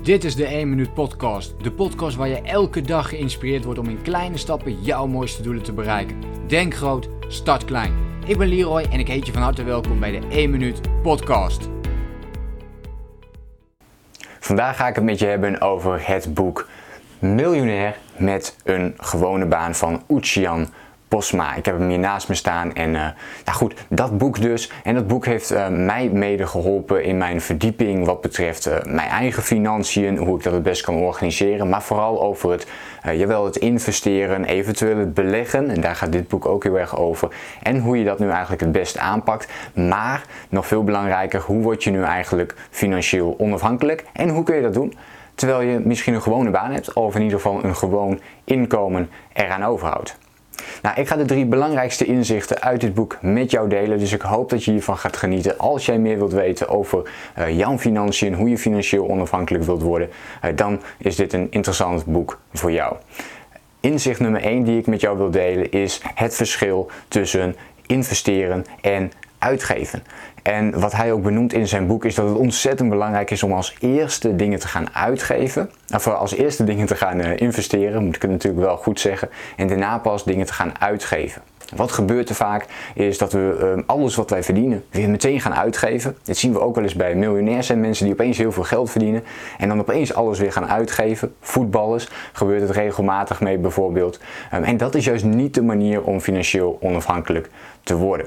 Dit is de 1 Minuut Podcast. De podcast waar je elke dag geïnspireerd wordt om in kleine stappen jouw mooiste doelen te bereiken. Denk groot, start klein. Ik ben Leroy en ik heet je van harte welkom bij de 1 Minuut Podcast. Vandaag ga ik het met je hebben over het boek Miljonair met een gewone baan van Oetjan Posma. Ik heb hem hier naast me staan en dat boek dus. En dat boek heeft mij mede geholpen in mijn verdieping wat betreft mijn eigen financiën, hoe ik dat het best kan organiseren. Maar vooral over het investeren, eventueel het beleggen. En daar gaat dit boek ook heel erg over. En hoe je dat nu eigenlijk het best aanpakt. Maar nog veel belangrijker, hoe word je nu eigenlijk financieel onafhankelijk? En hoe kun je dat doen? Terwijl je misschien een gewone baan hebt of in ieder geval een gewoon inkomen eraan overhoudt. Nou, ik ga de 3 belangrijkste inzichten uit dit boek met jou delen, dus ik hoop dat je hiervan gaat genieten. Als jij meer wilt weten over jouw financiën, hoe je financieel onafhankelijk wilt worden, dan is dit een interessant boek voor jou. Inzicht nummer 1 die ik met jou wil delen is het verschil tussen investeren en uitgeven. En wat hij ook benoemt in zijn boek is dat het ontzettend belangrijk is om als eerste dingen te gaan uitgeven. Of als eerste dingen te gaan investeren, moet ik het natuurlijk wel goed zeggen. En daarna pas dingen te gaan uitgeven. Wat gebeurt er vaak is dat we alles wat wij verdienen weer meteen gaan uitgeven. Dit zien we ook wel eens bij miljonairs en mensen die opeens heel veel geld verdienen. En dan opeens alles weer gaan uitgeven. Voetballers gebeurt het regelmatig mee bijvoorbeeld. En dat is juist niet de manier om financieel onafhankelijk te worden.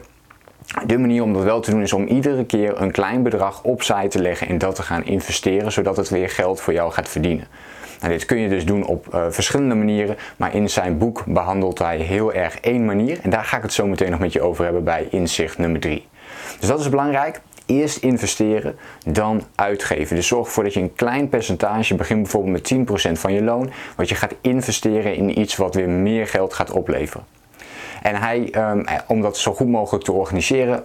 De manier om dat wel te doen is om iedere keer een klein bedrag opzij te leggen en dat te gaan investeren, zodat het weer geld voor jou gaat verdienen. Nou, dit kun je dus doen op verschillende manieren, maar in zijn boek behandelt hij heel erg 1 manier. En daar ga ik het zo meteen nog met je over hebben bij inzicht nummer 3. Dus dat is belangrijk. Eerst investeren, dan uitgeven. Dus zorg ervoor dat je een klein percentage, begin bijvoorbeeld met 10% van je loon, wat je gaat investeren in iets wat weer meer geld gaat opleveren. En hij, om dat zo goed mogelijk te organiseren,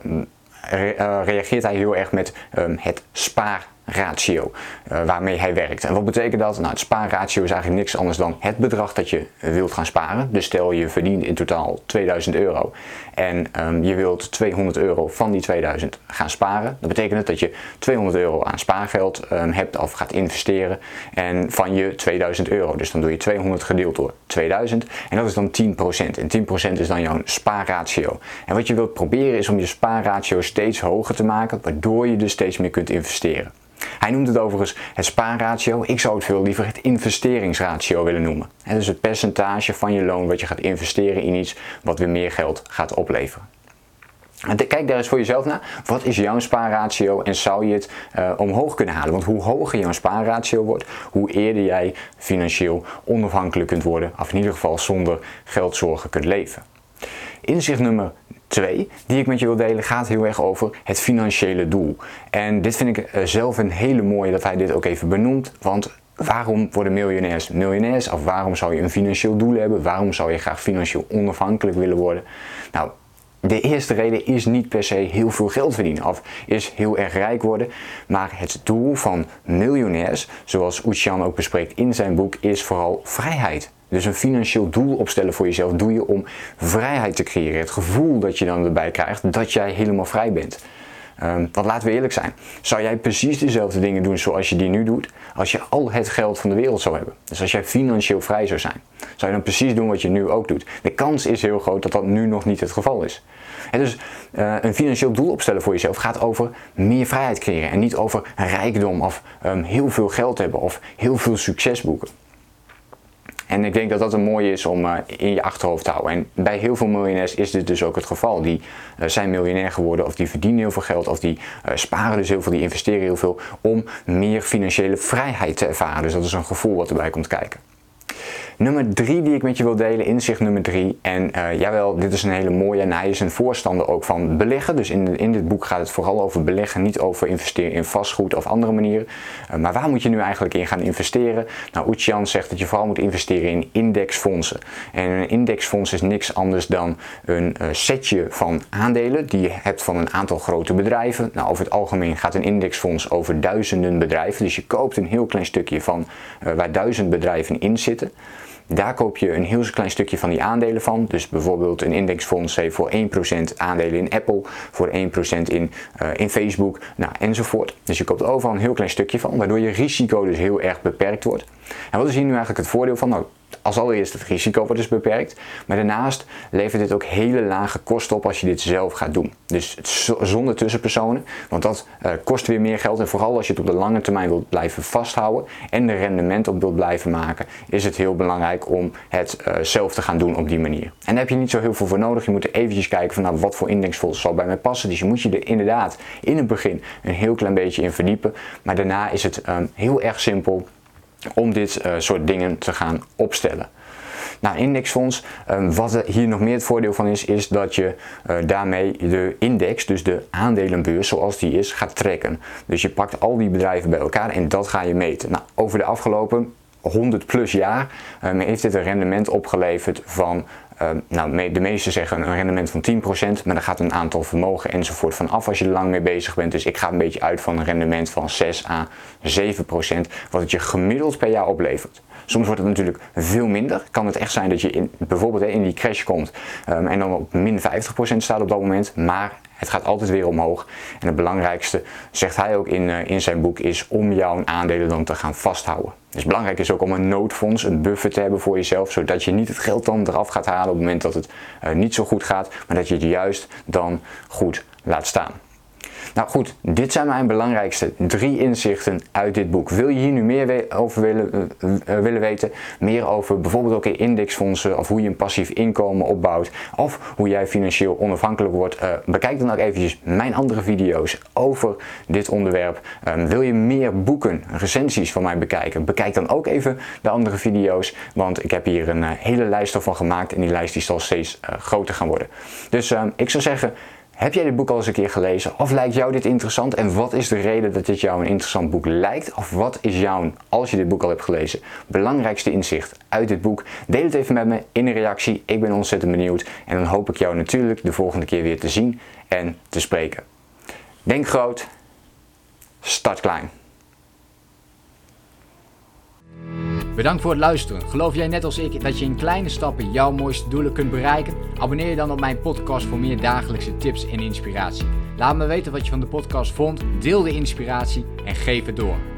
reageert hij heel erg met het spaarratio waarmee hij werkt. En wat betekent dat? Nou, het spaarratio is eigenlijk niks anders dan het bedrag dat je wilt gaan sparen. Dus stel je verdient in totaal 2000 euro en je wilt 200 euro van die 2000 gaan sparen. Dat betekent dat je 200 euro aan spaargeld hebt of gaat investeren en van je 2000 euro. Dus dan doe je 200 gedeeld door 2000 en dat is dan 10%. En 10% is dan jouw spaarratio. En wat je wilt proberen is om je spaarratio steeds hoger te maken, waardoor je dus steeds meer kunt investeren. Hij noemt het overigens het spaarratio. Ik zou het veel liever het investeringsratio willen noemen. Het is het percentage van je loon wat je gaat investeren in iets wat weer meer geld gaat opleveren. Kijk daar eens voor jezelf naar. Wat is jouw spaarratio en zou je het omhoog kunnen halen? Want hoe hoger jouw spaarratio wordt, hoe eerder jij financieel onafhankelijk kunt worden. Of in ieder geval zonder geldzorgen kunt leven. Inzicht nummer 2, die ik met je wil delen, gaat heel erg over het financiële doel. En dit vind ik zelf een hele mooie dat hij dit ook even benoemt. Want waarom worden miljonairs miljonairs? Of waarom zou je een financieel doel hebben? Waarom zou je graag financieel onafhankelijk willen worden? Nou, de eerste reden is niet per se heel veel geld verdienen of is heel erg rijk worden. Maar het doel van miljonairs, zoals Oetjan ook bespreekt in zijn boek, is vooral vrijheid. Dus een financieel doel opstellen voor jezelf doe je om vrijheid te creëren. Het gevoel dat je dan erbij krijgt dat jij helemaal vrij bent. Want laten we eerlijk zijn, zou jij precies dezelfde dingen doen zoals je die nu doet, als je al het geld van de wereld zou hebben? Dus als jij financieel vrij zou zijn, zou je dan precies doen wat je nu ook doet? De kans is heel groot dat dat nu nog niet het geval is. En dus een financieel doel opstellen voor jezelf gaat over meer vrijheid creëren en niet over rijkdom of heel veel geld hebben of heel veel succes boeken. En ik denk dat dat een mooie is om in je achterhoofd te houden. En bij heel veel miljonairs is dit dus ook het geval. Die zijn miljonair geworden of die verdienen heel veel geld of die sparen dus heel veel, die investeren heel veel om meer financiële vrijheid te ervaren. Dus dat is een gevoel wat erbij komt kijken. Nummer 3 die ik met je wil delen, inzicht nummer 3. En jawel, dit is een hele mooie en hij is een voorstander ook van beleggen. Dus in dit boek gaat het vooral over beleggen, niet over investeren in vastgoed of andere manieren. Maar waar moet je nu eigenlijk in gaan investeren? Nou, Oetjan zegt dat je vooral moet investeren in indexfondsen. En een indexfonds is niks anders dan een setje van aandelen die je hebt van een aantal grote bedrijven. Nou, over het algemeen gaat een indexfonds over duizenden bedrijven. Dus je koopt een heel klein stukje van waar 1000 bedrijven in zitten. Daar koop je een heel klein stukje van die aandelen van. Dus bijvoorbeeld een indexfonds heeft voor 1% aandelen in Apple, voor 1% in Facebook, enzovoort. Dus je koopt overal een heel klein stukje van, waardoor je risico dus heel erg beperkt wordt. En wat is hier nu eigenlijk het voordeel van? Nou, als allereerst het risico wordt dus beperkt, maar daarnaast levert dit ook hele lage kosten op als je dit zelf gaat doen. Dus zonder tussenpersonen, want dat kost weer meer geld en vooral als je het op de lange termijn wilt blijven vasthouden en er rendement op wilt blijven maken, is het heel belangrijk om het zelf te gaan doen op die manier. En daar heb je niet zo heel veel voor nodig. Je moet er eventjes kijken van wat voor indexfonds zal bij mij passen. Dus je moet je er inderdaad in het begin een heel klein beetje in verdiepen, maar daarna is het heel erg simpel om dit soort dingen te gaan opstellen. Nou, indexfonds, wat hier nog meer het voordeel van is dat je daarmee de index, dus de aandelenbeurs zoals die is, gaat trekken. Dus je pakt al die bedrijven bij elkaar en dat ga je meten. Nou, over de afgelopen 100 plus jaar heeft dit een rendement opgeleverd van, de meesten zeggen een rendement van 10%, maar daar gaat een aantal vermogen enzovoort van af als je er lang mee bezig bent. Dus ik ga een beetje uit van een rendement van 6 à 7%, wat het je gemiddeld per jaar oplevert. Soms wordt het natuurlijk veel minder. Kan het echt zijn dat je bijvoorbeeld in die crash komt en dan op min 50% staat op dat moment, maar het gaat altijd weer omhoog. En het belangrijkste, zegt hij ook in zijn boek, is om jouw aandelen dan te gaan vasthouden. Dus belangrijk is ook om een noodfonds, een buffer te hebben voor jezelf, zodat je niet het geld dan eraf gaat halen op het moment dat het niet zo goed gaat, maar dat je het juist dan goed laat staan. Nou goed, dit zijn mijn belangrijkste 3 inzichten uit dit boek. Wil je hier nu meer over willen weten? Meer over bijvoorbeeld ook in indexfondsen of hoe je een passief inkomen opbouwt of hoe jij financieel onafhankelijk wordt? Bekijk dan ook eventjes mijn andere video's over dit onderwerp. Wil je meer boeken, recensies van mij bekijken? Bekijk dan ook even de andere video's, want ik heb hier een hele lijst ervan gemaakt en die lijst die zal steeds groter gaan worden. Dus ik zou zeggen, heb jij dit boek al eens een keer gelezen? Of lijkt jou dit interessant? En wat is de reden dat dit jou een interessant boek lijkt? Of wat is jouw, als je dit boek al hebt gelezen, belangrijkste inzicht uit dit boek? Deel het even met me in een reactie. Ik ben ontzettend benieuwd. En dan hoop ik jou natuurlijk de volgende keer weer te zien en te spreken. Denk groot, start klein. Bedankt voor het luisteren. Geloof jij net als ik dat je in kleine stappen jouw mooiste doelen kunt bereiken? Abonneer je dan op mijn podcast voor meer dagelijkse tips en inspiratie. Laat me weten wat je van de podcast vond, deel de inspiratie en geef het door.